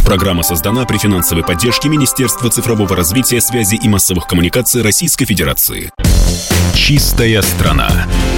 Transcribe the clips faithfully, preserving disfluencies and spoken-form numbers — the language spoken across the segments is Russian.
Программа создана при финансовой поддержке Министерства цифрового развития, связи и массовых коммуникаций Российской Федерации. Чистая страна.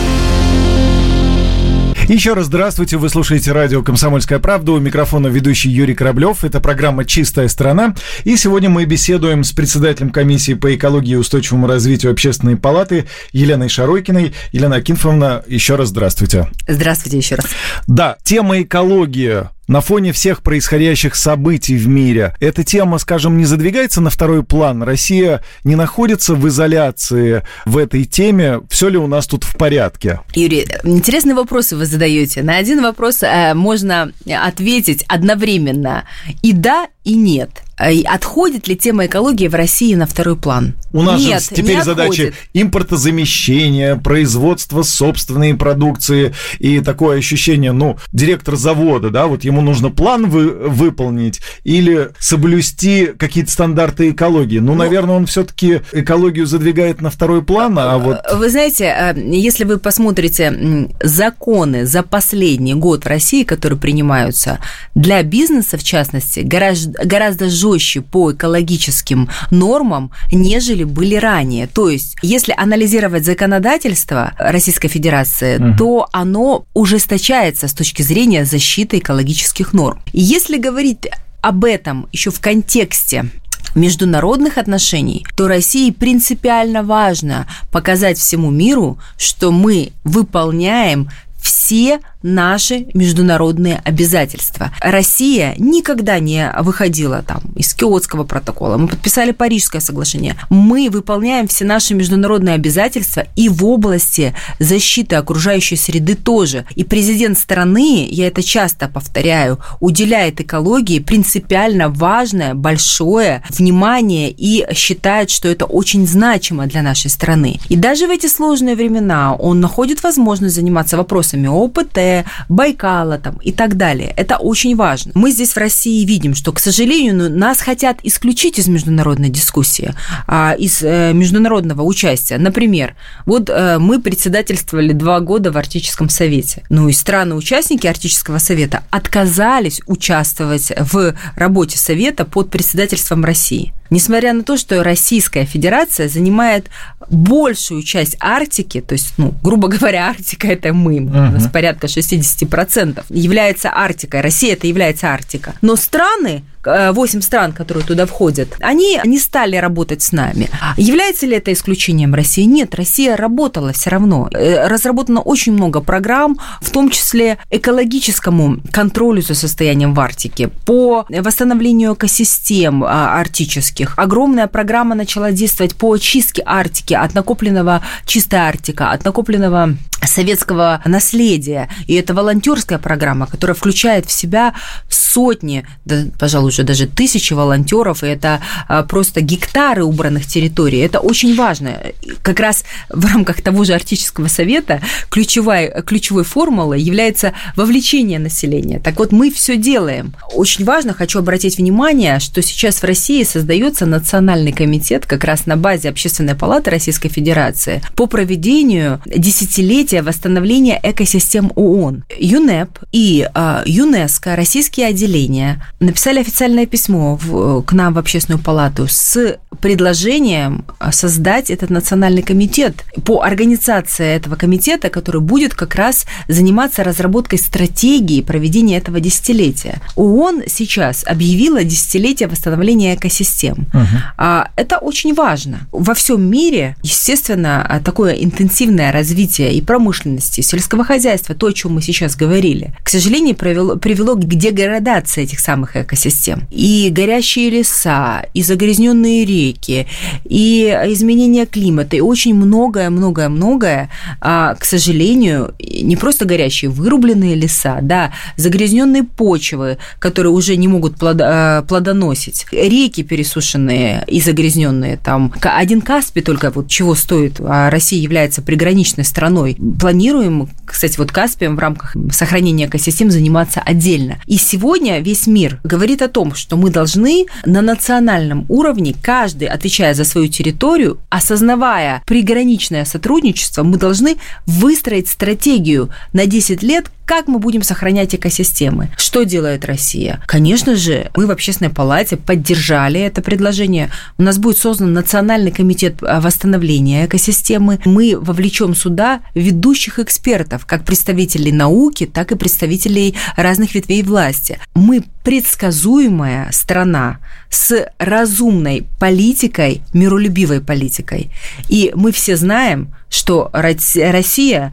Еще раз здравствуйте, вы слушаете радио «Комсомольская правда», у микрофона ведущий Юрий Кораблев, это программа «Чистая страна», и сегодня мы беседуем с председателем комиссии по экологии и устойчивому развитию Общественной палаты Еленой Шаройкиной. Елена Акинфовна, еще раз здравствуйте. Здравствуйте еще раз. Да, тема экологии. На фоне всех происходящих событий в мире эта тема, скажем, не задвигается на второй план? Россия не находится в изоляции в этой теме? Все ли у нас тут в порядке? Юрий, интересные вопросы вы задаете. На один вопрос э, можно ответить одновременно и да, и нет. Отходит ли тема экологии в России на второй план? У нас Нет, же теперь задачи импортозамещения, производства собственной продукции и такое ощущение, ну, директор завода, да, вот ему нужно план вы, выполнить или соблюсти какие-то стандарты экологии. Ну, ну наверное, он все-таки экологию задвигает на второй план, а вот... Вы знаете, если вы посмотрите законы за последний год в России, которые принимаются для бизнеса, в частности, гораздо, гораздо жестче по экологическим нормам, нежели были ранее. То есть, если анализировать законодательство Российской Федерации, угу. то оно ужесточается с точки зрения защиты экологических норм. И если говорить об этом еще в контексте международных отношений, то России принципиально важно показать всему миру, что мы выполняем все наши международные обязательства. Россия никогда не выходила там из Киотского протокола. Мы подписали Парижское соглашение. Мы выполняем все наши международные обязательства и в области защиты окружающей среды тоже. И президент страны, я это часто повторяю, уделяет экологии принципиально важное, большое внимание и считает, что это очень значимо для нашей страны. И даже в эти сложные времена он находит возможность заниматься вопросами ОПТ, Байкала там, и так далее. Это очень важно. Мы здесь в России видим, что, к сожалению, нас хотят исключить из международной дискуссии, из международного участия. Например, вот мы председательствовали два года в Арктическом совете. Ну и страны-участники Арктического совета отказались участвовать в работе совета под председательством России. Несмотря на то, что Российская Федерация занимает большую часть Арктики, то есть, ну, грубо говоря, Арктика – это мы, uh-huh. у нас порядка шестьдесят процентов является Арктикой, Россия – это является Арктика. Но страны, восемь стран, которые туда входят, они не стали работать с нами. Является ли это исключением России? Нет, Россия работала все равно. Разработано очень много программ, в том числе экологическому контролю за состоянием в Арктике, по восстановлению экосистем арктических. Огромная программа начала действовать по очистке Арктики от накопленного, чистая Арктика, от накопленного советского наследия. И это волонтерская программа, которая включает в себя сотни, да, пожалуй, уже даже тысячи волонтеров, и это просто гектары убранных территорий. Это очень важно. Как раз в рамках того же Арктического совета ключевой, ключевой формулой является вовлечение населения. Так вот, мы все делаем. Очень важно, хочу обратить внимание, что сейчас в России создается национальный комитет как раз на базе Общественной палаты Российской Федерации по проведению десятилетия восстановления экосистем ООН. ЮНЕП и э, ЮНЕСКО, российские отделения, написали официальное письмо в, к нам в Общественную палату с предложением создать этот национальный комитет по организации этого комитета, который будет как раз заниматься разработкой стратегии проведения этого десятилетия. ООН сейчас объявила десятилетие восстановления экосистем. Угу. Это очень важно. Во всем мире, естественно, такое интенсивное развитие и промышленности, и сельского хозяйства, то, о чем мы сейчас говорили, к сожалению, привело, привело к деградации этих самых экосистем. И горящие леса, и загрязненные реки, и изменение климата, и очень многое-многое-многое, к сожалению, не просто горящие, вырубленные леса, да, загрязненные почвы, которые уже не могут плодоносить, реки пересушенные и загрязненные, там, один Каспий только вот чего стоит, а Россия является приграничной страной. Планируем, кстати, вот Каспием в рамках сохранения экосистем заниматься отдельно. И сегодня весь мир говорит о том, том, что мы должны на национальном уровне, каждый, отвечая за свою территорию, осознавая приграничное сотрудничество, мы должны выстроить стратегию на десять лет, как мы будем сохранять экосистемы. Что делает Россия? Конечно же, мы в Общественной палате поддержали это предложение. У нас будет создан Национальный комитет восстановления экосистемы. Мы вовлечем сюда ведущих экспертов, как представителей науки, так и представителей разных ветвей власти. Мы предсказуемая страна с разумной политикой, миролюбивой политикой. И мы все знаем, что Россия,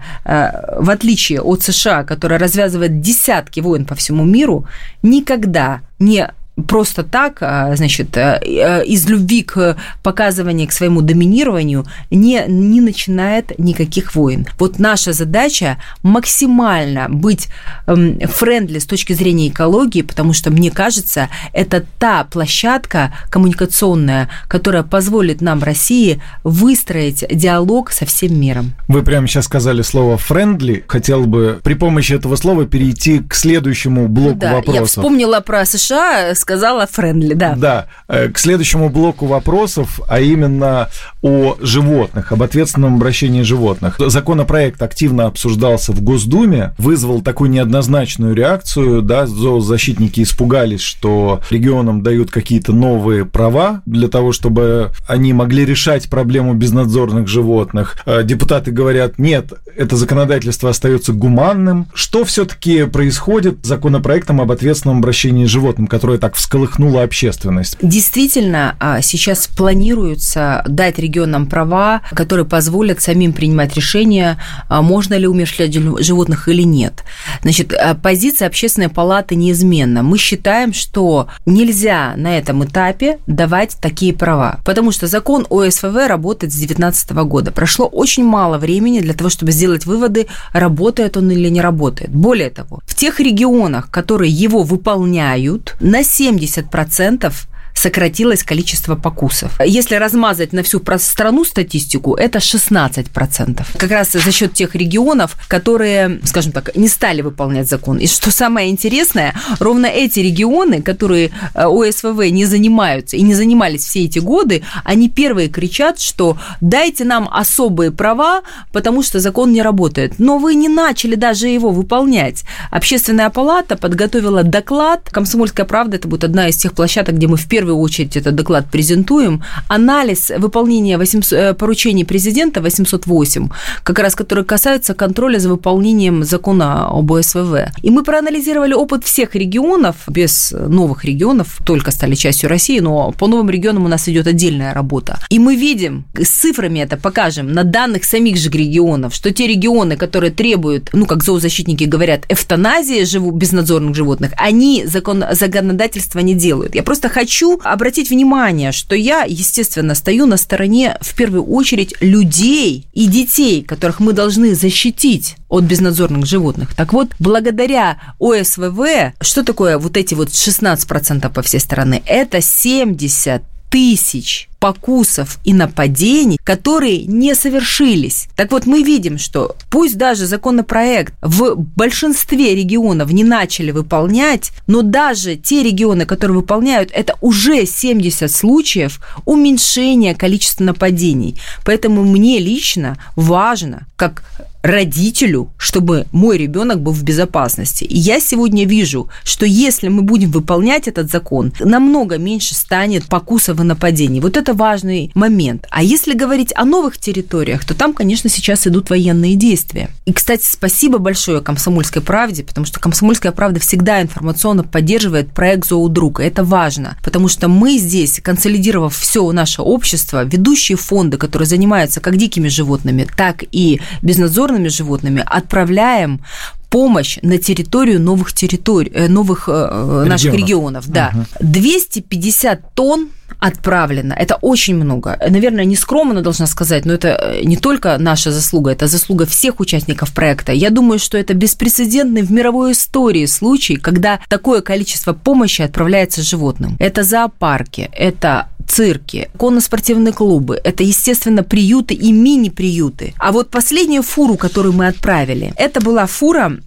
в отличие от США, которая развязывает десятки войн по всему миру, никогда не просто так, значит, из любви к показыванию, к своему доминированию не, не начинает никаких войн. Вот наша задача максимально быть френдли с точки зрения экологии, потому что, мне кажется, это та площадка коммуникационная, которая позволит нам, России, выстроить диалог со всем миром. Вы прямо сейчас сказали слово «френдли». Хотел бы при помощи этого слова перейти к следующему блоку да, вопросов. Я вспомнила про США, сказала френдли, да. Да, к следующему блоку вопросов, а именно о животных, об ответственном обращении животных. Законопроект активно обсуждался в Госдуме, вызвал такую неоднозначную реакцию, да, зоозащитники испугались, что регионам дают какие-то новые права для того, чтобы они могли решать проблему безнадзорных животных. Депутаты говорят, нет, это законодательство остается гуманным. Что все-таки происходит с законопроектом об ответственном обращении с животным, которое так всколыхнуло общественность? Действительно, сейчас планируется дать регионам права, которые позволят самим принимать решения, можно ли умерщвлять животных или нет. Значит, позиция Общественной палаты неизменна. Мы считаем, что нельзя на этом этапе давать такие права, потому что закон о эс вэ вэ работает с две тысячи девятнадцатого года. Прошло очень мало времени для того, чтобы сделать выводы, работает он или не работает. Более того, в тех регионах, которые его выполняют, на семьдесят процентов сократилось количество покусов. Если размазать на всю страну статистику, это шестнадцать процентов. Как раз за счет тех регионов, которые, скажем так, не стали выполнять закон. И что самое интересное, ровно эти регионы, которые о эс вэ вэ не занимаются и не занимались все эти годы, они первые кричат, что дайте нам особые права, потому что закон не работает. Но вы не начали даже его выполнять. Общественная палата подготовила доклад. «Комсомольская правда» – это будет одна из тех площадок, где мы в первую В первую очередь этот доклад презентуем, анализ выполнения восемьсот, поручений президента восемьсот восемь, как раз который касается контроля за выполнением закона об о эс вэ вэ. И мы проанализировали опыт всех регионов, без новых регионов, только стали частью России, но по новым регионам у нас идет отдельная работа. И мы видим, с цифрами это покажем, на данных самих же регионов, что те регионы, которые требуют, ну, как зоозащитники говорят, эвтаназии живу, безнадзорных животных, они закон, законодательство не делают. Я просто хочу обратить внимание, что я, естественно, стою на стороне, в первую очередь, людей и детей, которых мы должны защитить от безнадзорных животных. Так вот, благодаря о эс вэ вэ, что такое вот эти вот шестнадцать процентов по всей стране? Это семьдесят тысяч покусов и нападений, которые не совершились. Так вот, мы видим, что пусть даже законопроект в большинстве регионов не начали выполнять, но даже те регионы, которые выполняют, это уже семьдесят случаев уменьшения количества нападений. Поэтому мне лично важно, как родителю, чтобы мой ребенок был в безопасности. И я сегодня вижу, что если мы будем выполнять этот закон, намного меньше станет покусов и нападений. Вот это важный момент. А если говорить о новых территориях, то там, конечно, сейчас идут военные действия. И, кстати, спасибо большое «Комсомольской правде», потому что «Комсомольская правда» всегда информационно поддерживает проект «Зоодруг». Это важно, потому что мы здесь, консолидировав все наше общество, ведущие фонды, которые занимаются как дикими животными, так и безнадзорными животными, отправляем помощь на территорию новых территорий, новых регионов. наших регионов. Да. Угу. двести пятьдесят тонн отправлено. Это очень много. Наверное, нескромно должна сказать, но это не только наша заслуга, это заслуга всех участников проекта. Я думаю, что это беспрецедентный в мировой истории случай, когда такое количество помощи отправляется животным. Это зоопарки, это цирки, конно-спортивные клубы, это, естественно, приюты и мини-приюты. А вот последнюю фуру, которую мы отправили, это была фура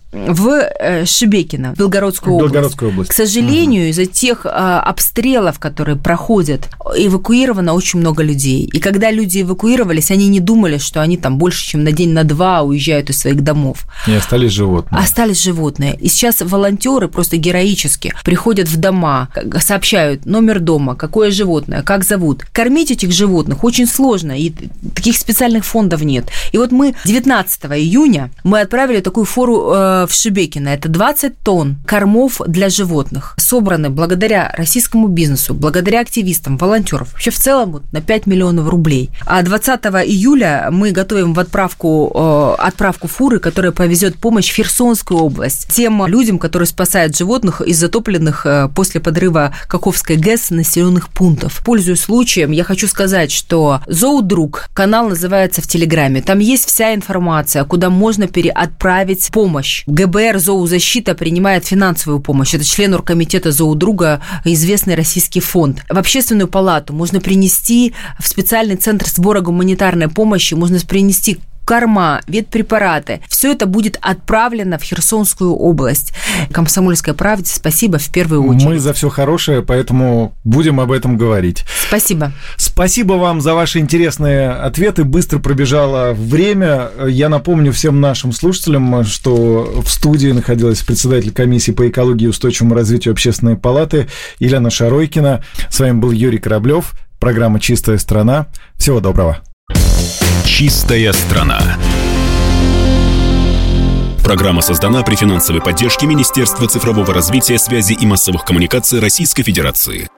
в Шебекино, в Белгородскую область. Белгородскую область. К сожалению, угу. из-за тех а, обстрелов, которые проходят, эвакуировано очень много людей. И когда люди эвакуировались, они не думали, что они там больше, чем на день, на два уезжают из своих домов. И остались животные. Остались животные. И сейчас волонтеры просто героически приходят в дома, сообщают номер дома, какое животное, как зовут. Кормить этих животных очень сложно, и таких специальных фондов нет. И вот мы девятнадцатого июня мы отправили такую фуру э, в Шебекино. Это двадцать тонн кормов для животных. Собраны благодаря российскому бизнесу, благодаря активистам, волонтерам. Вообще в целом вот, на пять миллионов рублей. А двадцатого июля мы готовим в отправку, э, отправку фуры, которая повезет помощь в Херсонскую область. Тем людям, которые спасают животных из затопленных э, после подрыва Каховской ГЭС населенных пунктов. Пользуясь случаем, я хочу сказать, что Зоодруг, канал называется в Телеграме, там есть вся информация, куда можно переотправить помощь. ГБР «Зоозащита» принимает финансовую помощь. Это член оргкомитета «Зоодруга», известный российский фонд. В общественную палату можно принести, в специальный центр сбора гуманитарной помощи можно принести корма, ветпрепараты. Все это будет отправлено в Херсонскую область. «Комсомольской правде» спасибо в первую очередь. Мы за все хорошее, поэтому будем об этом говорить. Спасибо. Спасибо вам за ваши интересные ответы. Быстро пробежало время. Я напомню всем нашим слушателям, что в студии находилась председатель комиссии по экологии и устойчивому развитию Общественной палаты Елена Шаройкина. С вами был Юрий Кораблев. Программа «Чистая страна». Всего доброго. «Чистая страна». Программа создана при финансовой поддержке Министерства цифрового развития, связи и массовых коммуникаций Российской Федерации.